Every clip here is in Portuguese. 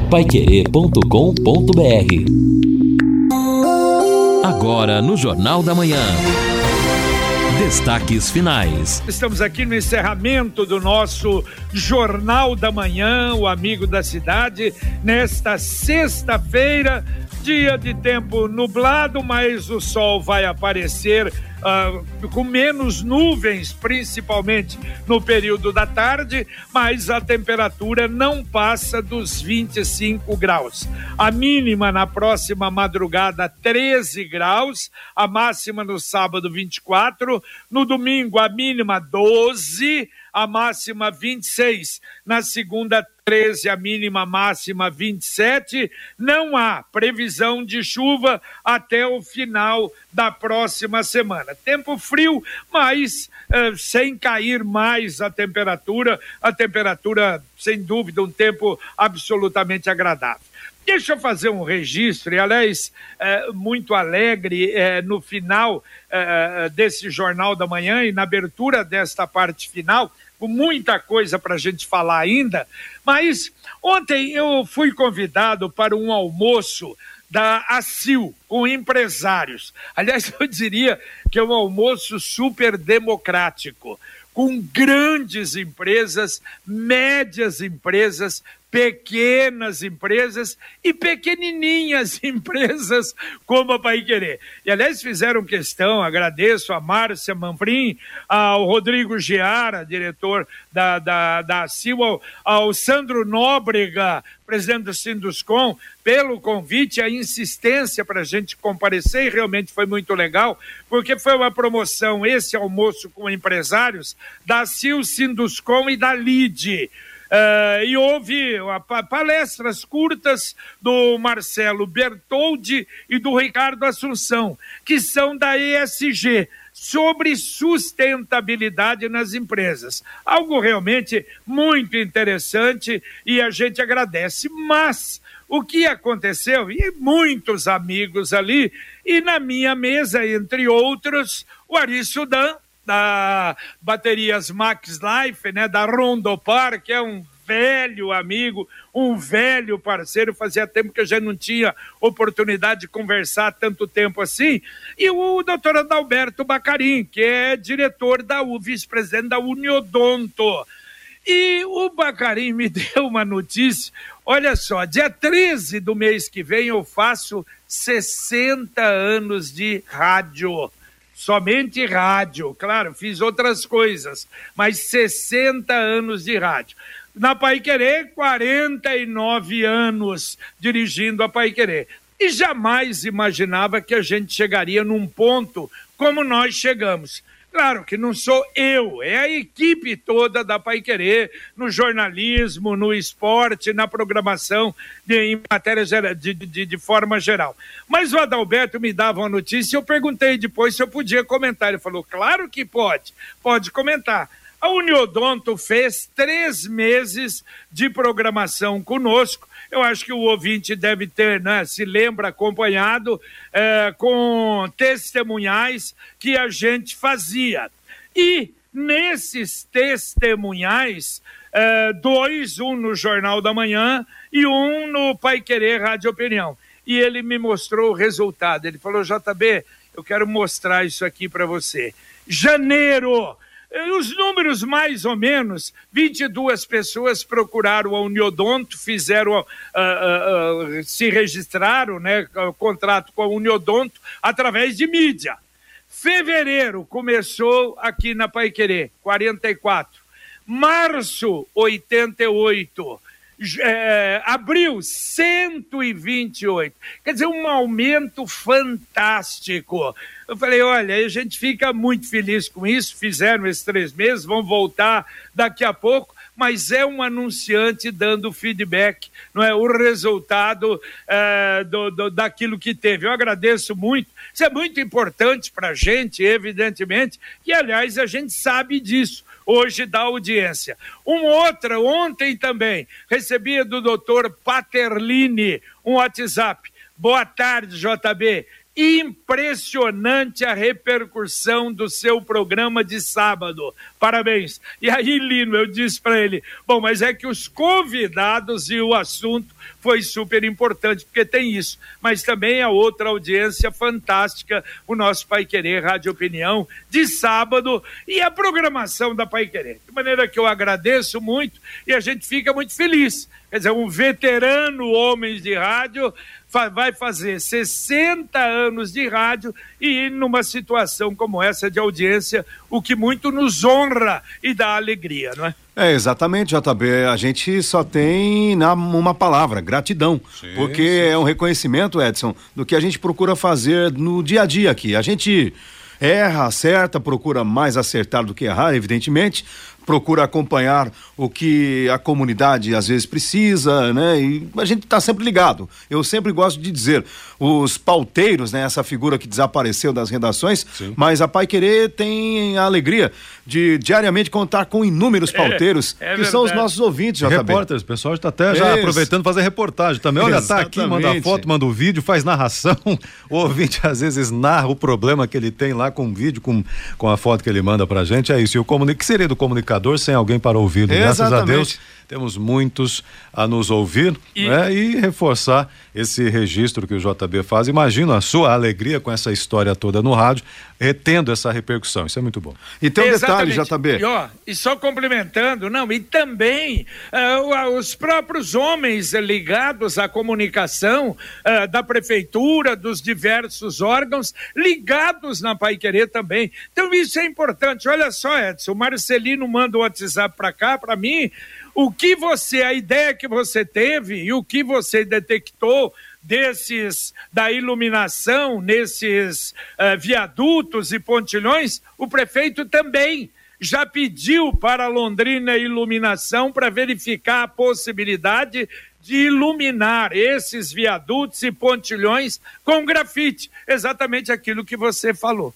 paiquerê.com.br. Agora no Jornal da Manhã. Destaques finais. Estamos aqui no encerramento do nosso Jornal da Manhã, o Amigo da Cidade, nesta sexta-feira, dia de tempo nublado, mas o sol vai aparecer com menos nuvens, principalmente no período da tarde, mas a temperatura não passa dos 25 graus. A mínima na próxima madrugada, 13 graus, a máxima no sábado, 24, no domingo a mínima 12, a máxima 26, na segunda 13, a mínima máxima 27, não há previsão de chuva até o final da próxima semana. Tempo frio, mas sem cair mais a temperatura, sem dúvida, um tempo absolutamente agradável. Deixa eu fazer um registro, e aliás, muito alegre no final desse Jornal da Manhã e na abertura desta parte final, com muita coisa para a gente falar ainda, mas ontem eu fui convidado para um almoço da ACIL, com empresários. Aliás, eu diria que é um almoço super democrático, com grandes empresas, médias empresas, pequenas empresas e pequenininhas empresas como a Paiquerê. E, aliás, fizeram questão, agradeço a Márcia Manfrim, ao Rodrigo Giara, diretor da ACIL, ao Sandro Nóbrega, presidente do Sinduscom, pelo convite, a insistência para a gente comparecer, e realmente foi muito legal, porque foi uma promoção, esse almoço com empresários, da ACIL, Sinduscom e da LIDE. E houve palestras curtas do Marcelo Bertoldi e do Ricardo Assunção, que são da ESG, sobre sustentabilidade nas empresas. Algo realmente muito interessante e a gente agradece. Mas o que aconteceu, e muitos amigos ali, e na minha mesa, entre outros, o Ari Sudan, da Baterias Max Life, né, da Rondopar, que é um velho amigo, um velho parceiro, fazia tempo que a gente não tinha oportunidade de conversar tanto tempo assim, e o doutor Adalberto Bacarim, que é diretor da vice-presidente da Uniodonto. E o Bacarim me deu uma notícia, olha só, dia 13 do mês que vem eu faço 60 anos de rádio. Somente rádio, claro, fiz outras coisas, mas 60 anos de rádio. Na Paiquerê, 49 anos dirigindo a Paiquerê. E jamais imaginava que a gente chegaria num ponto como nós chegamos. Claro que não sou eu, é a equipe toda da Paiquerê, no jornalismo, no esporte, na programação, em matéria de forma geral. Mas o Adalberto me dava uma notícia e eu perguntei depois se eu podia comentar. Ele falou, claro que pode comentar. A Uniodonto fez 3 meses de programação conosco. Eu acho que o ouvinte deve ter, né, se lembra, acompanhado com testemunhais que a gente fazia. E nesses testemunhais, 2, um no Jornal da Manhã e um no Paiquerê Rádio Opinião. E ele me mostrou o resultado. Ele falou, JB, eu quero mostrar isso aqui para você. Janeiro! Os números, mais ou menos, 22 pessoas procuraram a Uniodonto, fizeram, se registraram, né, contrato com a Uniodonto através de mídia. Fevereiro começou aqui na Paiquerê, 44. Março, 88. Abril, 128. Quer dizer, um aumento fantástico. Eu falei, olha, a gente fica muito feliz com isso, fizeram esses 3 meses, vão voltar daqui a pouco, mas é um anunciante dando feedback, não é, o resultado daquilo que teve. Eu agradeço muito, isso é muito importante para a gente, evidentemente, e aliás a gente sabe disso hoje da audiência. Uma outra, ontem também, recebi do doutor Paterlini um WhatsApp. Boa tarde, JB. impressionante a repercussão do seu programa de sábado. Parabéns. E aí, Lino, eu disse para ele, bom, mas é que os convidados e o assunto foi super importante, porque tem isso, mas também a outra audiência fantástica, o nosso Paiquerê Rádio Opinião, de sábado, e a programação da Paiquerê. De maneira que eu agradeço muito e a gente fica muito feliz. Quer dizer, um veterano Homens de Rádio vai fazer 60 anos de rádio e numa situação como essa de audiência, o que muito nos honra e dá alegria, não é? É, exatamente, JB, a gente só tem uma palavra, gratidão, porque é um reconhecimento, Edson, do que a gente procura fazer no dia a dia aqui. A gente erra, acerta, procura mais acertar do que errar, evidentemente, procura acompanhar o que a comunidade às vezes precisa, né? E a gente está sempre ligado. Eu sempre gosto de dizer, os pauteiros, né? Essa figura que desapareceu das redações, mas a Paiquerê tem a alegria de diariamente contar com inúmeros pauteiros, que são os nossos ouvintes, JB. Repórteres, o pessoal está até já aproveitando fazer reportagem também. Olha, tá aqui, manda foto, manda o vídeo, faz narração. O ouvinte às vezes narra o problema que ele tem lá com o vídeo, com a foto que ele manda pra gente. É isso. E o que seria do comunicador sem alguém para ouvir? Graças a Deus, temos muitos a nos ouvir, né? E reforçar esse registro que o JB faz. Imagino a sua alegria com essa história toda no rádio, tendo essa repercussão. Isso é muito bom. E tem um detalhe, JB. E só complementando, e também os próprios homens ligados à comunicação da prefeitura, dos diversos órgãos, ligados na Paiquerê também. Então isso é importante. Olha só, Edson, o Marcelino manda o WhatsApp para cá, para mim, a ideia que você teve e o que você detectou da iluminação nesses viadutos e pontilhões, o prefeito também já pediu para a Londrina Iluminação para verificar a possibilidade de iluminar esses viadutos e pontilhões com grafite, exatamente aquilo que você falou.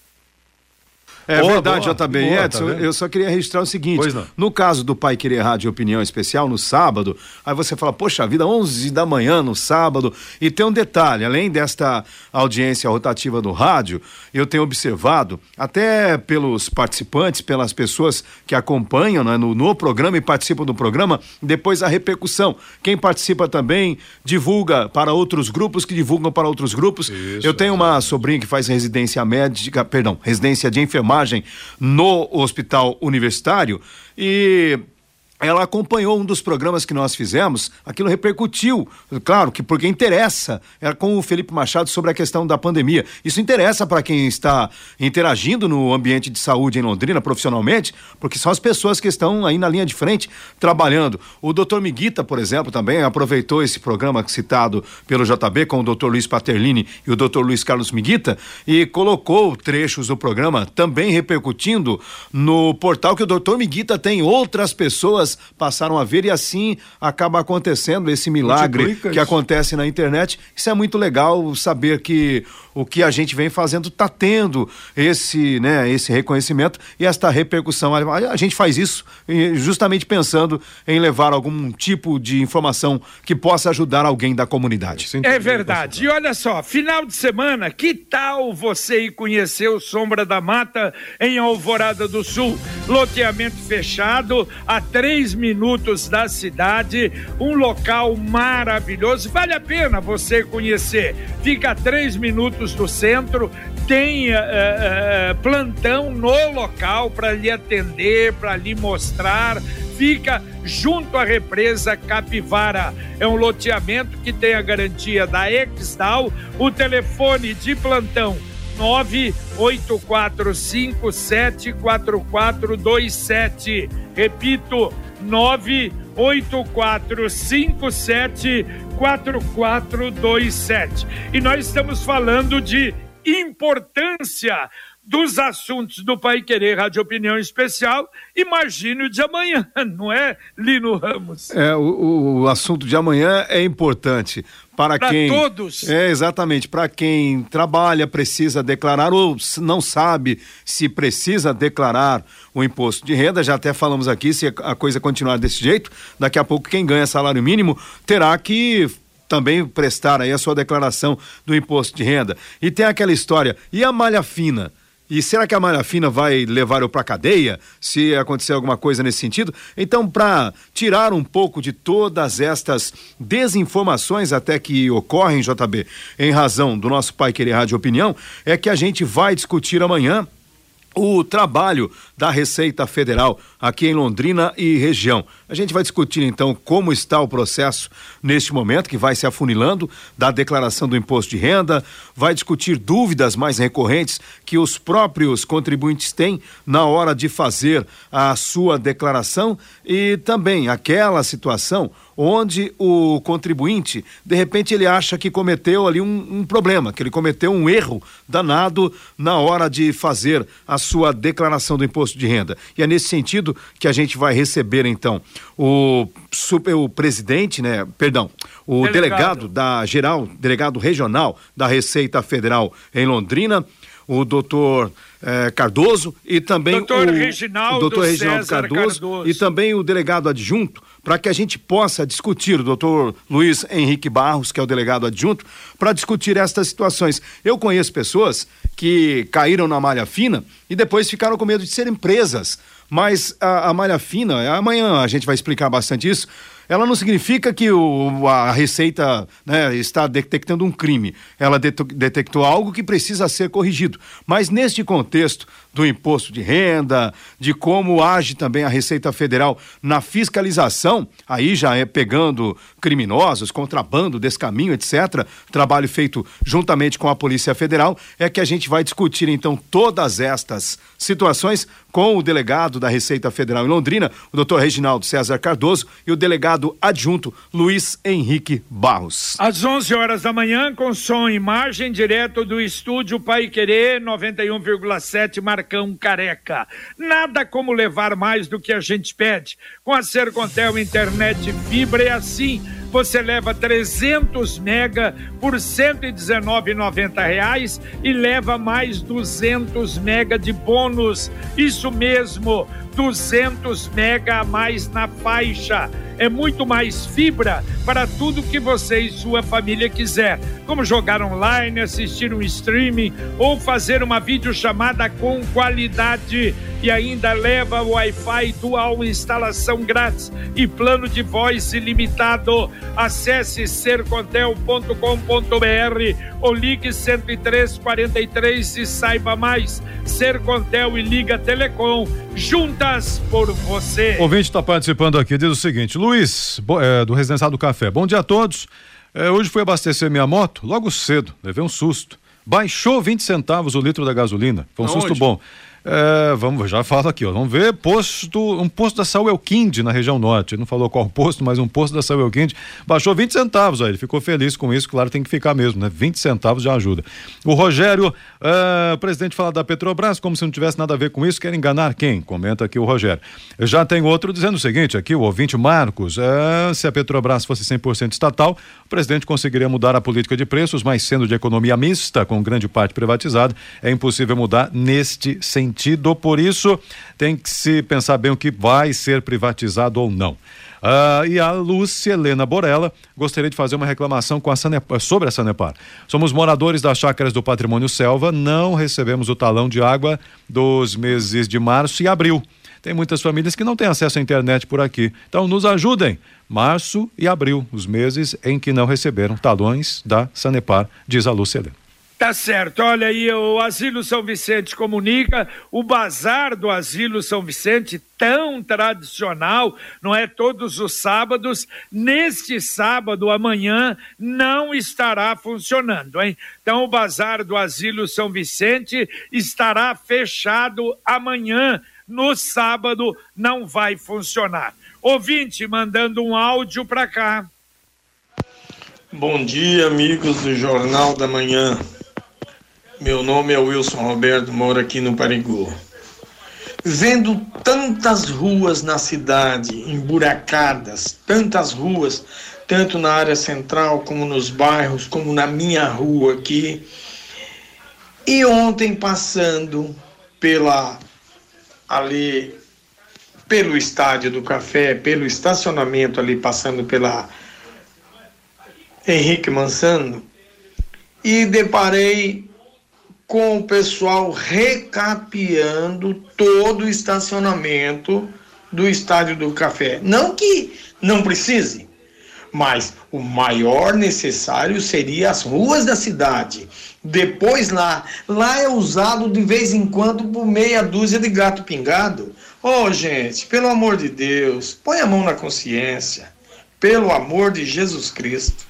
É verdade, JB. Edson, eu só queria registrar o seguinte, no caso do Paiquerê Rádio Opinião Especial, no sábado, aí você fala, poxa vida, 11 da manhã no sábado, e tem um detalhe, além desta audiência rotativa do rádio, eu tenho observado, até pelos participantes, pelas pessoas que acompanham, né, no programa e participam do programa, depois a repercussão. Quem participa também divulga para outros grupos que divulgam para outros grupos. Eu tenho uma sobrinha que faz residência de enfermagem no hospital universitário e ela acompanhou um dos programas que nós fizemos, aquilo repercutiu, claro que porque interessa, era com o Felipe Machado sobre a questão da pandemia. Isso interessa para quem está interagindo no ambiente de saúde em Londrina profissionalmente, porque são as pessoas que estão aí na linha de frente trabalhando. O Dr. Miguita, por exemplo, também aproveitou esse programa citado pelo JB com o Dr. Luiz Paterlini e o Dr. Luiz Carlos Miguita e colocou trechos do programa também repercutindo no portal que o Dr. Miguita tem. Outras pessoas passaram a ver e assim acaba acontecendo esse milagre que acontece na internet. Isso é muito legal saber que o que a gente vem fazendo está tendo esse reconhecimento e esta repercussão. A gente faz isso justamente pensando em levar algum tipo de informação que possa ajudar alguém da comunidade. É verdade. E olha só, final de semana, que tal você ir conhecer o Sombra da Mata em Alvorada do Sul? Loteamento fechado, a 3 minutos da cidade, um local maravilhoso, vale a pena você conhecer. Fica a 3 minutos do centro, tem plantão no local para lhe atender, para lhe mostrar. Fica junto à represa Capivara. É um loteamento que tem a garantia da Exdal. O telefone de plantão 984574427. Repito, 984574427. E nós estamos falando de importância dos assuntos do Paiquerê Rádio Opinião Especial. Imagine o de amanhã, não é, Lino Ramos? O assunto de amanhã é importante para quem... todos. Exatamente, para quem trabalha, precisa declarar ou não sabe se precisa declarar o imposto de renda. Já até falamos aqui, se a coisa continuar desse jeito, daqui a pouco quem ganha salário mínimo terá que também prestar aí a sua declaração do imposto de renda. E tem aquela história, e a malha fina? E será que a malha fina vai levar eu para cadeia se acontecer alguma coisa nesse sentido? Então, para tirar um pouco de todas estas desinformações até que ocorrem, JB, em razão do nosso Pai Querer Rádio Opinião, é que a gente vai discutir amanhã o trabalho da Receita Federal aqui em Londrina e região. A gente vai discutir então como está o processo neste momento, que vai se afunilando, da declaração do imposto de renda, vai discutir dúvidas mais recorrentes que os próprios contribuintes têm na hora de fazer a sua declaração e também aquela situação onde o contribuinte, de repente, ele acha que cometeu ali um problema, que ele cometeu um erro danado na hora de fazer a sua declaração do imposto de renda. E é nesse sentido que a gente vai receber, então, o presidente, o delegado delegado regional da Receita Federal em Londrina, o doutor Cardoso, e também o doutor Reginaldo Cardoso e também o delegado adjunto, para que a gente possa discutir, o doutor Luiz Henrique Barros, que é o delegado adjunto, para discutir estas situações. Eu conheço pessoas que caíram na malha fina e depois ficaram com medo de serem presas, mas a malha fina, amanhã a gente vai explicar bastante isso, ela não significa que a Receita, está detectando um crime. Ela detectou algo que precisa ser corrigido. Mas neste contexto do imposto de renda, de como age também a Receita Federal na fiscalização, aí já é pegando criminosos, contrabando, descaminho, etc., trabalho feito juntamente com a Polícia Federal, é que a gente vai discutir então todas estas situações com o delegado da Receita Federal em Londrina, o doutor Reginaldo César Cardoso, e o delegado adjunto Luiz Henrique Barros. Às 11 horas da manhã, com som e imagem, direto do estúdio Pai Querer 91,7 Marcão Careca. Nada como levar mais do que a gente pede. Com a Sercontel Internet Fibra é assim. Você leva 300 mega por R$ 119,90 e leva mais 200 mega de bônus. Isso mesmo, 200 mega a mais na faixa. É muito mais fibra para tudo que você e sua família quiser, como jogar online, assistir um streaming ou fazer uma videochamada com qualidade. E ainda leva Wi-Fi dual, instalação grátis e plano de voz ilimitado. Acesse sercontel.com.br ou ligue 10343 e saiba mais. Sercontel e Liga Telecom, juntas por você. O ouvinte está participando aqui, diz o seguinte: Luiz, do Residencial do Café. Bom dia a todos. Hoje fui abastecer minha moto, logo cedo, levei um susto. Baixou 20 centavos o litro da gasolina. Foi um susto bom. Já falo aqui, vamos ver, um posto da Saúl Elquinde na região norte. Ele não falou qual posto, mas um posto da Saúl Elquinde baixou 20 centavos, ele ficou feliz com isso, claro, tem que ficar mesmo, né? 20 centavos já ajuda. O Rogério, o presidente fala da Petrobras como se não tivesse nada a ver com isso, quer enganar quem? Comenta aqui o Rogério. Já tem outro dizendo o seguinte, aqui o ouvinte Marcos, se a Petrobras fosse 100% estatal, o presidente conseguiria mudar a política de preços, mas sendo de economia mista, com grande parte privatizada, é impossível mudar neste sentido. Por isso, tem que se pensar bem o que vai ser privatizado ou não. E a Lúcia Helena Borella gostaria de fazer uma reclamação sobre a Sanepar. Somos moradores das chácaras do Patrimônio Selva, não recebemos o talão de água dos meses de março e abril. Tem muitas famílias que não têm acesso à internet por aqui. Então, nos ajudem. Março e abril, os meses em que não receberam talões da Sanepar, diz a Lúcia Helena. Tá certo, olha aí, o Asilo São Vicente comunica, o bazar do Asilo São Vicente, tão tradicional, não é, todos os sábados, neste sábado, amanhã, não estará funcionando, hein? Então o bazar do Asilo São Vicente estará fechado amanhã, no sábado não vai funcionar. Ouvinte mandando um áudio para cá. Bom dia, amigos do Jornal da Manhã. Meu nome é Wilson Roberto, moro aqui no Parigô. Vendo tantas ruas na cidade, emburacadas, tantas ruas, tanto na área central como nos bairros, como na minha rua aqui. E ontem passando pelo Estádio do Café, pelo estacionamento ali, passando pela Henrique Mansano, e deparei com o pessoal recapeando todo o estacionamento do Estádio do Café. Não que não precise, mas o maior necessário seria as ruas da cidade. Depois lá é usado de vez em quando por meia dúzia de gato pingado. Gente, pelo amor de Deus, põe a mão na consciência. Pelo amor de Jesus Cristo.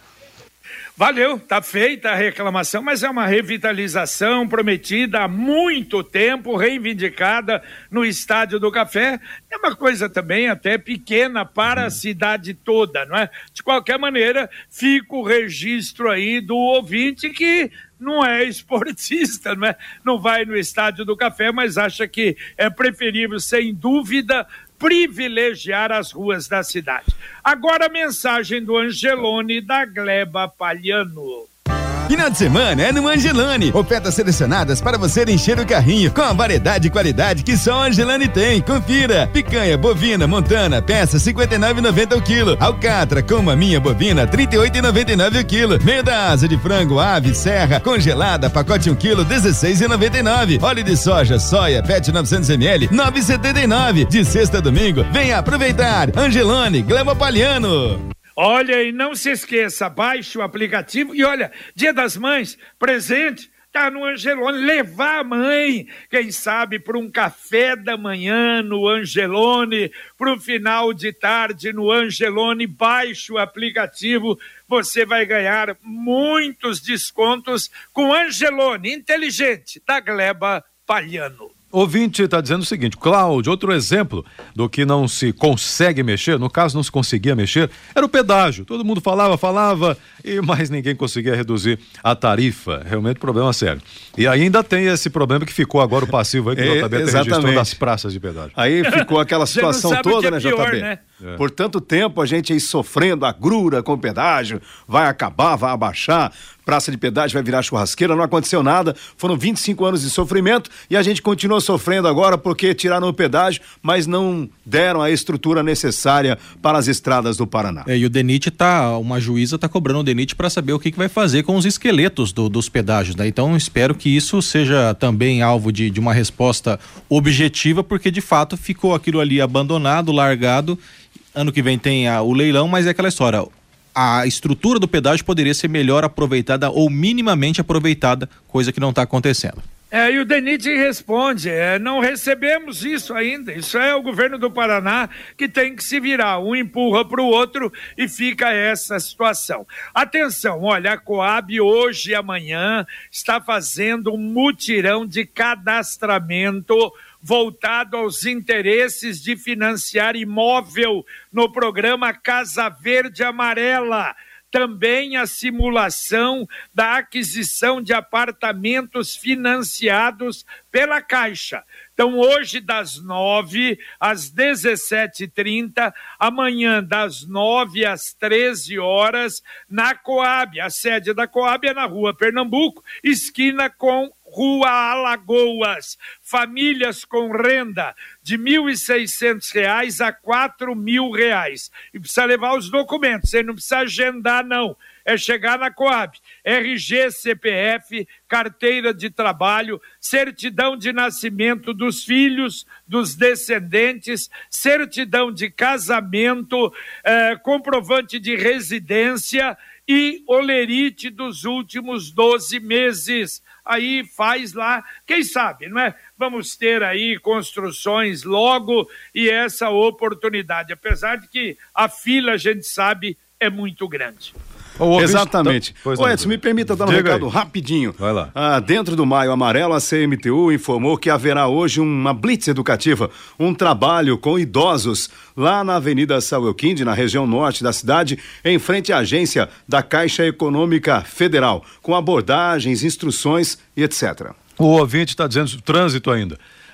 Valeu, tá feita a reclamação, mas é uma revitalização prometida há muito tempo, reivindicada no Estádio do Café. É uma coisa também até pequena para a cidade toda, não é? De qualquer maneira, fica o registro aí do ouvinte que não é esportista, não é? Não vai no Estádio do Café, mas acha que é preferível, sem dúvida, privilegiar as ruas da cidade. Agora a mensagem do Angelone da Gleba Palhano. Final de semana é no Angelone. Ofertas selecionadas para você encher o carrinho com a variedade e qualidade que só a Angelone tem. Confira: picanha bovina montana, peça R$59,90 o quilo. Alcatra com maminha bovina, R$38,99 o quilo. Meia da asa de frango, ave, serra, congelada, pacote 1 quilo, R$16,99. Óleo de soja, soia, PET 900ml, R$9,79. De sexta a domingo, venha aproveitar. Angelone, Gleba Palhano. Olha, e não se esqueça, baixe o aplicativo e olha, Dia das Mães, presente, tá no Angelone, levar a mãe, quem sabe, para um café da manhã no Angelone, para o final de tarde no Angelone, baixe o aplicativo, você vai ganhar muitos descontos com Angelone, inteligente, da Gleba Palhano. Ouvinte está dizendo o seguinte: Cláudio, outro exemplo do que não se consegue mexer, no caso não se conseguia mexer, era o pedágio. Todo mundo falava, e mais ninguém conseguia reduzir a tarifa. Realmente problema sério. E ainda tem esse problema que ficou agora o passivo aí que o JB registrou das praças de pedágio. Aí ficou aquela situação toda, né, pior, JB? Né? Por tanto tempo a gente aí sofrendo agrura com o pedágio, vai acabar, vai abaixar, praça de pedágio vai virar churrasqueira, não aconteceu nada, foram 25 anos de sofrimento e a gente continua sofrendo agora porque tiraram o pedágio, mas não deram a estrutura necessária para as estradas do Paraná. E o DENIT uma juíza está cobrando o DENIT para saber o que vai fazer com os esqueletos dos pedágios, né? Então espero que isso seja também alvo de uma resposta objetiva, porque de fato ficou aquilo ali abandonado, largado. Ano que vem tem o leilão, mas é aquela história: a estrutura do pedágio poderia ser melhor aproveitada ou minimamente aproveitada, coisa que não está acontecendo. E o DENIT responde, não recebemos isso ainda, isso é o governo do Paraná que tem que se virar, um empurra para o outro e fica essa situação. Atenção, olha, a Coab hoje e amanhã está fazendo um mutirão de cadastramento voltado aos interesses de financiar imóvel no programa Casa Verde Amarela. Também a simulação da aquisição de apartamentos financiados pela Caixa. Então, hoje das 9 às 17h30, amanhã das 9 às 13 horas, na Coab. A sede da Coab é na Rua Pernambuco, esquina com Rua Alagoas. Famílias com renda de R$ 1.600 a R$ 4.000. E precisa levar os documentos, você não precisa agendar, não. É chegar na Coab. RG, CPF, carteira de trabalho, certidão de nascimento dos filhos, dos descendentes, certidão de casamento, comprovante de residência e olerite dos últimos 12 meses. Aí faz lá, quem sabe, não é? Vamos ter aí construções logo e essa oportunidade, apesar de que a fila, a gente sabe, é muito grande. Exatamente. Ô Edson, me permita dar um recado rapidinho. Vai lá. Dentro do Maio Amarelo, a CMTU informou que haverá hoje uma blitz educativa, um trabalho com idosos lá na Avenida Sauelquinde, na região norte da cidade, em frente à agência da Caixa Econômica Federal, com abordagens, instruções e etc. O ouvinte está dizendo trânsito ainda.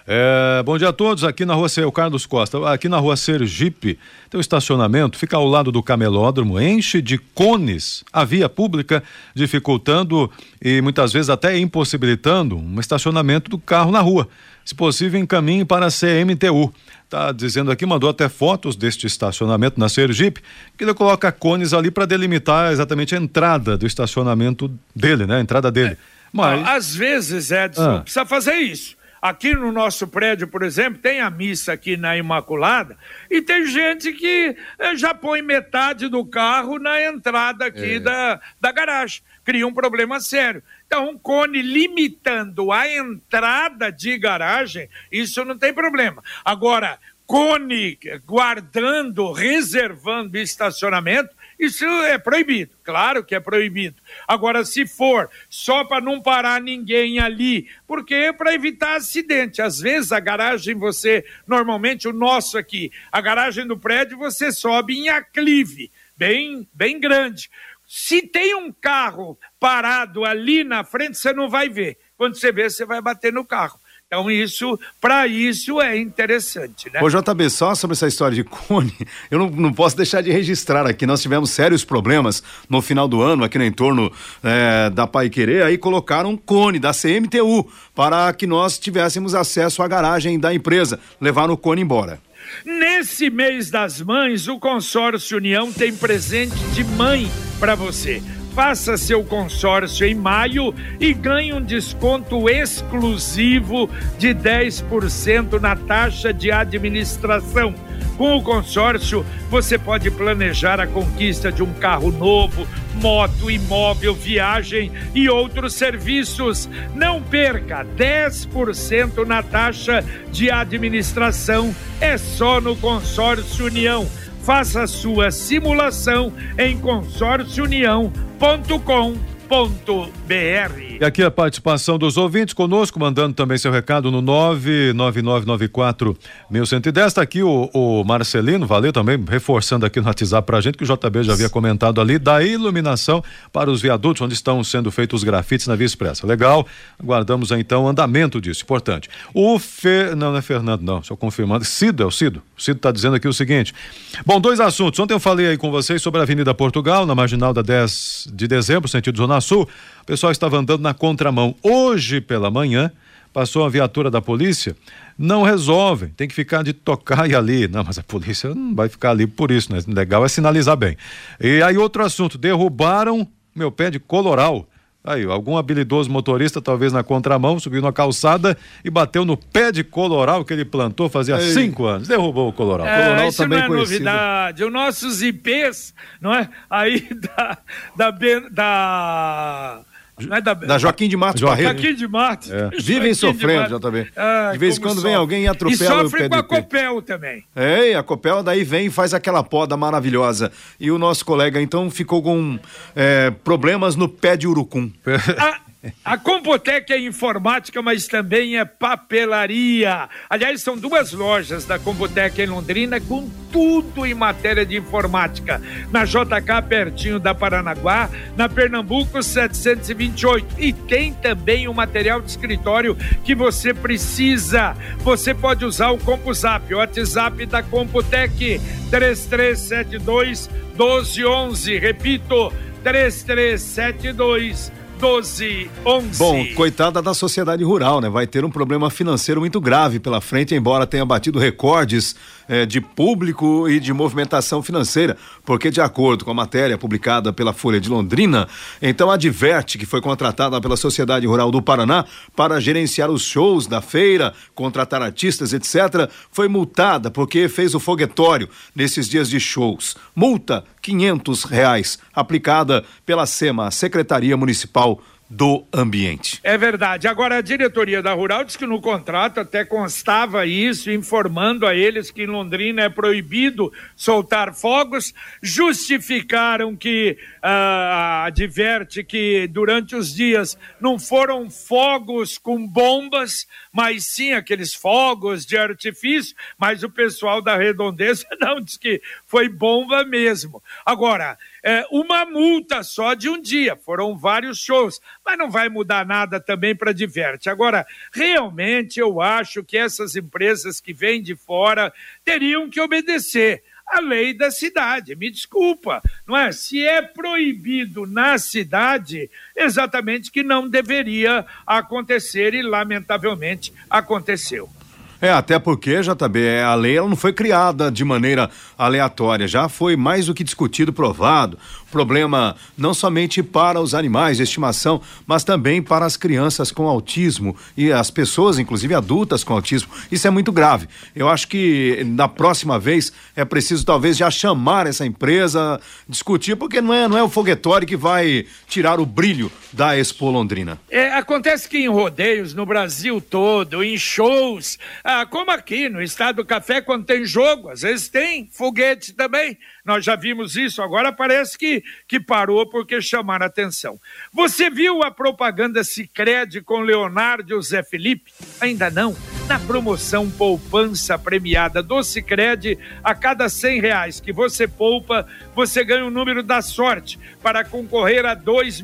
Bom dia a todos, aqui na rua o Carlos Costa, aqui na rua Sergipe tem um estacionamento, fica ao lado do camelódromo, enche de cones a via pública, dificultando e muitas vezes até impossibilitando um estacionamento do carro na rua, se possível encaminhe para a CMTU. Tá dizendo aqui, mandou até fotos deste estacionamento na Sergipe, que ele coloca cones ali para delimitar exatamente a entrada do estacionamento dele, né? A entrada dele. Mas às vezes, Edson, precisa fazer isso. Aqui no nosso prédio, por exemplo, tem a missa aqui na Imaculada e tem gente que já põe metade do carro na entrada aqui da garagem. Cria um problema sério. Então, um cone limitando a entrada de garagem, isso não tem problema. Agora, cone guardando, reservando estacionamento, isso é proibido, claro que é proibido. Agora, se for só para não parar ninguém ali, porque é para evitar acidente. Às vezes a garagem normalmente o nosso aqui, a garagem do prédio você sobe em aclive, bem grande. Se tem um carro parado ali na frente, você não vai ver. Quando você vê, você vai bater no carro. Então, para isso é interessante, né? Ô, JB, só sobre essa história de cone, eu não posso deixar de registrar aqui, nós tivemos sérios problemas no final do ano, aqui no entorno da Paiquerê, aí colocaram um cone da CMTU para que nós tivéssemos acesso à garagem da empresa, levaram o cone embora. Nesse mês das mães, o Consórcio União tem presente de mãe para você. Faça seu consórcio em maio e ganhe um desconto exclusivo de 10% na taxa de administração. Com o consórcio, você pode planejar a conquista de um carro novo, moto, imóvel, viagem e outros serviços. Não perca 10% na taxa de administração. É só no Consórcio União. Faça a sua simulação em consórciounião.com.br. E aqui a participação dos ouvintes conosco, mandando também seu recado no 99994-1110. Está aqui o Marcelino, valeu também, reforçando aqui no WhatsApp pra gente que o JB já havia comentado ali da iluminação para os viadutos onde estão sendo feitos os grafites na Via Expressa. Legal, aguardamos então o andamento disso, importante. Não é Fernando não, só confirmando, Cido, é o Cido. O Cido está dizendo aqui o seguinte, bom, 2 assuntos, ontem eu falei aí com vocês sobre a Avenida Portugal, na marginal da 10 de dezembro, sentido Zona Sul, o pessoal estava andando na contramão. Hoje pela manhã, passou uma viatura da polícia, não resolvem, tem que ficar de tocar e ali. Não, mas a polícia não vai ficar ali por isso, né? Legal é sinalizar bem. E aí outro assunto, derrubaram meu pé de coloral. Aí, algum habilidoso motorista, talvez na contramão, subiu na calçada e bateu no pé de coloral que ele plantou fazia 5 anos. Derrubou o coloral. Coloral isso também não é conhecido. Novidade. Os nossos IPs, não é? Aí da Joaquim de Matos Barreto. Joaquim de Matos. Vivem sofrendo, JB. De vez em quando vem alguém e atropela o pé de pé. E sofre com a Copel também. A Copel daí vem e faz aquela poda maravilhosa. E o nosso colega então ficou com problemas no pé de urucum. A Computec é informática, mas também é papelaria. Aliás, são 2 lojas da Computec em Londrina com tudo em matéria de informática. Na JK, pertinho da Paranaguá, na Pernambuco 728. E tem também o material de escritório que você precisa. Você pode usar o CompuZap, o WhatsApp da Computec, 3372-1211. Repito, 3372-1211. Bom, coitada da sociedade rural, né? Vai ter um problema financeiro muito grave pela frente, embora tenha batido recordes de público e de movimentação financeira, porque de acordo com a matéria publicada pela Folha de Londrina, então a Diverte, que foi contratada pela Sociedade Rural do Paraná para gerenciar os shows da feira, contratar artistas, etc., foi multada porque fez o foguetório nesses dias de shows. Multa R$500, aplicada pela SEMA, a Secretaria Municipal do Ambiente. É verdade. Agora, a diretoria da Rural diz que no contrato até constava isso, informando a eles que em Londrina é proibido soltar fogos. Justificaram que adverte que durante os dias não foram fogos com bombas, mas sim aqueles fogos de artifício, mas o pessoal da Redondeza não, diz que foi bomba mesmo. Agora, uma multa só de um dia, foram vários shows, mas não vai mudar nada também para Diverte. Agora, realmente eu acho que essas empresas que vêm de fora teriam que obedecer a lei da cidade, me desculpa, não é? Se é proibido na cidade, exatamente que não deveria acontecer e lamentavelmente aconteceu. Até porque, JB, a lei ela não foi criada de maneira aleatória, já foi mais do que discutido, provado. Problema não somente para os animais de estimação, mas também para as crianças com autismo e as pessoas, inclusive adultas com autismo. Isso é muito grave. Eu acho que na próxima vez é preciso talvez já chamar essa empresa, discutir, porque não é o foguetório que vai tirar o brilho da Expo Londrina. Acontece que em rodeios no Brasil todo, em shows, como aqui no Estado do Café, quando tem jogo, às vezes tem foguete também. Nós já vimos isso, agora parece que parou porque chamaram a atenção. Você viu a propaganda Sicredi com Leonardo e o Zé Felipe? Ainda não? Na promoção Poupança Premiada do Sicredi, a cada R$100 que você poupa, você ganha o número da sorte para concorrer a R$2,5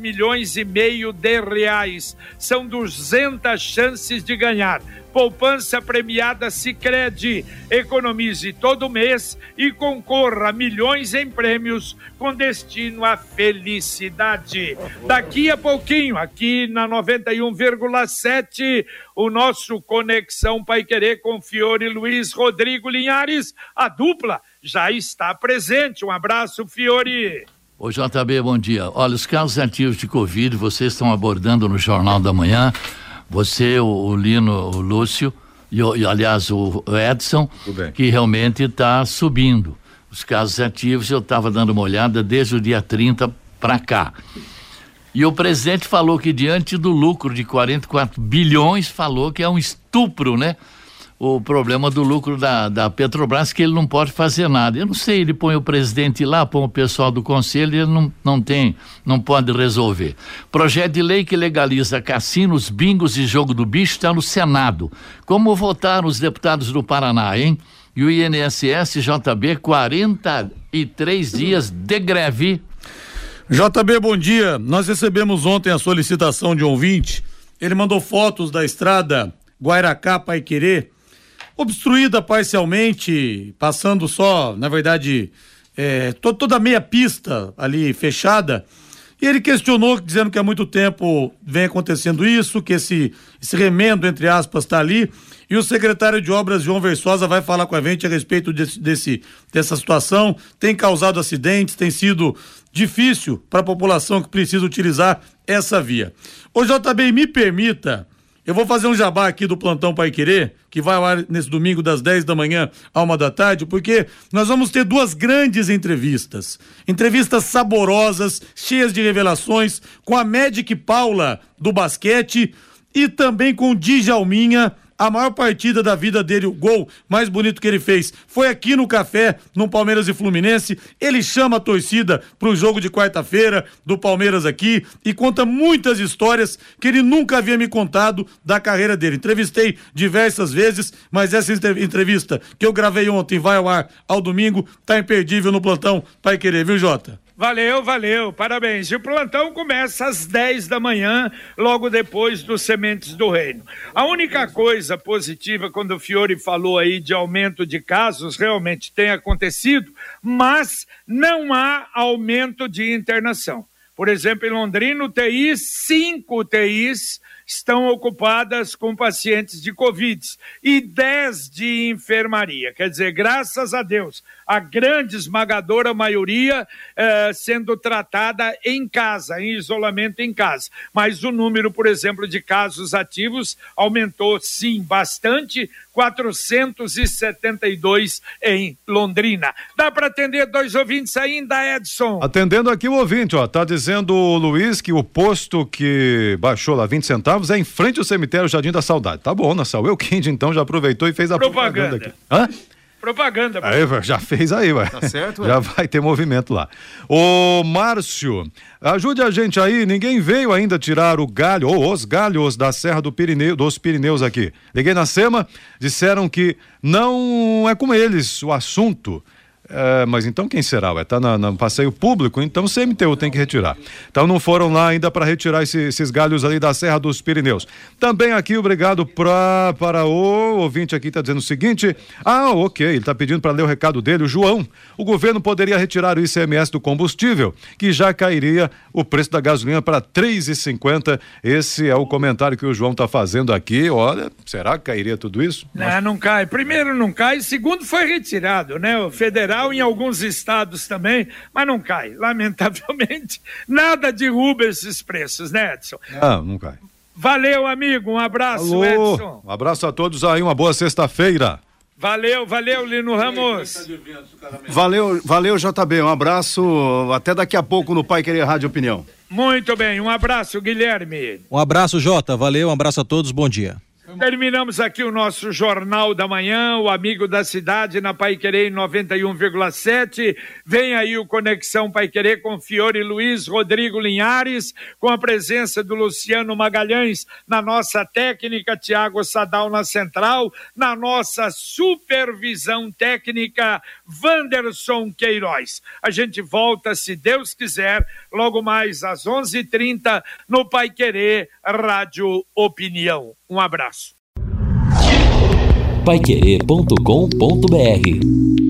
milhões. São 200 chances de ganhar. Poupança Premiada Sicredi. Economize todo mês e concorra a milhões em prêmios com destino à felicidade. Daqui a pouquinho, aqui na 91,7, o nosso Conexão Paiquerê com Fiore Luiz Rodrigo Linhares. A dupla já está presente. Um abraço, Fiore. Ô JB, bom dia. Olha, os casos ativos de Covid, vocês estão abordando no Jornal da Manhã. Você, o Lino, o Lúcio e aliás, o Edson, que realmente está subindo. Os casos ativos, eu estava dando uma olhada desde o dia 30 para cá. E o presidente falou que diante do lucro de 44 bilhões, falou que é um estupro, né? O problema do lucro da Petrobras, que ele não pode fazer nada. Eu não sei, ele põe o presidente lá, põe o pessoal do conselho, ele não pode resolver. Projeto de lei que legaliza cassinos, bingos e jogo do bicho está no Senado. Como votaram os deputados do Paraná, hein? E o INSS, JB, 43 dias de greve. JB, bom dia. Nós recebemos ontem a solicitação de um ouvinte. Ele mandou fotos da estrada Guairacá-Paiquerê, obstruída parcialmente, passando só, na verdade, toda a meia pista ali fechada. E ele questionou, dizendo que há muito tempo vem acontecendo isso, que esse remendo, entre aspas, está ali. E o secretário de Obras, João Versosa, vai falar com a gente a respeito dessa situação. Tem causado acidentes, tem sido difícil para a população que precisa utilizar essa via. Ô JB, me permita, eu vou fazer um jabá aqui do Plantão Paiquerê, que vai ao ar nesse domingo das 10 da manhã à 1 da tarde, porque nós vamos ter duas grandes entrevistas. Entrevistas saborosas, cheias de revelações, com a Magic Paula do basquete e também com o Djalminha. A maior partida da vida dele, o gol mais bonito que ele fez, foi aqui no Café, no Palmeiras e Fluminense. Ele chama a torcida pro jogo de quarta-feira do Palmeiras aqui e conta muitas histórias que ele nunca havia me contado da carreira dele. Entrevistei diversas vezes, mas essa entrevista que eu gravei ontem vai ao ar ao domingo, tá imperdível no Plantão Paiquerê, viu, Jota? Valeu, parabéns. E o plantão começa às 10 da manhã, logo depois dos Sementes do Reino. A única coisa positiva, quando o Fiore falou aí de aumento de casos, realmente tem acontecido, mas não há aumento de internação. Por exemplo, em Londrina, UTIs, 5 UTIs estão ocupadas com pacientes de Covid e 10 de enfermaria. Quer dizer, graças a Deus, a grande esmagadora maioria sendo tratada em casa, em isolamento em casa. Mas o número, por exemplo, de casos ativos aumentou, sim, bastante, 472 em Londrina. Dá para atender 2 ouvintes ainda, Edson? Atendendo aqui o ouvinte, tá dizendo o Luiz que o posto que baixou lá 20 centavos é em frente ao cemitério Jardim da Saudade. Tá bom, Nassau Elquinde, então já aproveitou e fez a propaganda aqui. Hã? Propaganda. Aí, já fez aí, vai. Tá certo, já vai ter movimento lá. Ô, Márcio, ajude a gente aí, ninguém veio ainda tirar o galho, ou os galhos da Serra dos Pirineus aqui. Liguei na SEMA, disseram que não é com eles o assunto. Mas então quem será? Tá no passeio público, então o CMTU tem que retirar. Então não foram lá ainda para retirar esses galhos ali da Serra dos Pirineus. Também aqui, obrigado para o ouvinte aqui, tá dizendo o seguinte, ok, ele tá pedindo para ler o recado dele, o João. O governo poderia retirar o ICMS do combustível, que já cairia o preço da gasolina para R$ 3,50. Esse é o comentário que o João tá fazendo aqui. Olha, será que cairia tudo isso? Não cai. Primeiro não cai, segundo foi retirado, né? O federal em alguns estados também, mas não cai. Lamentavelmente, nada derruba esses preços, né, Edson? Não cai. Valeu, amigo. Um abraço, Alô, Edson. Um abraço a todos aí, uma boa sexta-feira. Valeu, Lino Ramos. Valeu, JB. Um abraço. Até daqui a pouco no Pai Querer Rádio Opinião. Muito bem. Um abraço, Guilherme. Um abraço, Jota. Valeu, um abraço a todos. Bom dia. Terminamos aqui o nosso Jornal da Manhã, o Amigo da Cidade na Paiquerê 91,7. Vem aí o Conexão Paiquerê com Fiore Luiz, Rodrigo Linhares, com a presença do Luciano Magalhães na nossa técnica, Tiago Sadal na central, na nossa supervisão técnica, Wanderson Queiroz. A gente volta, se Deus quiser, logo mais às 11h30 no Paiquerê Rádio Opinião. Um abraço. paiquerê.com.br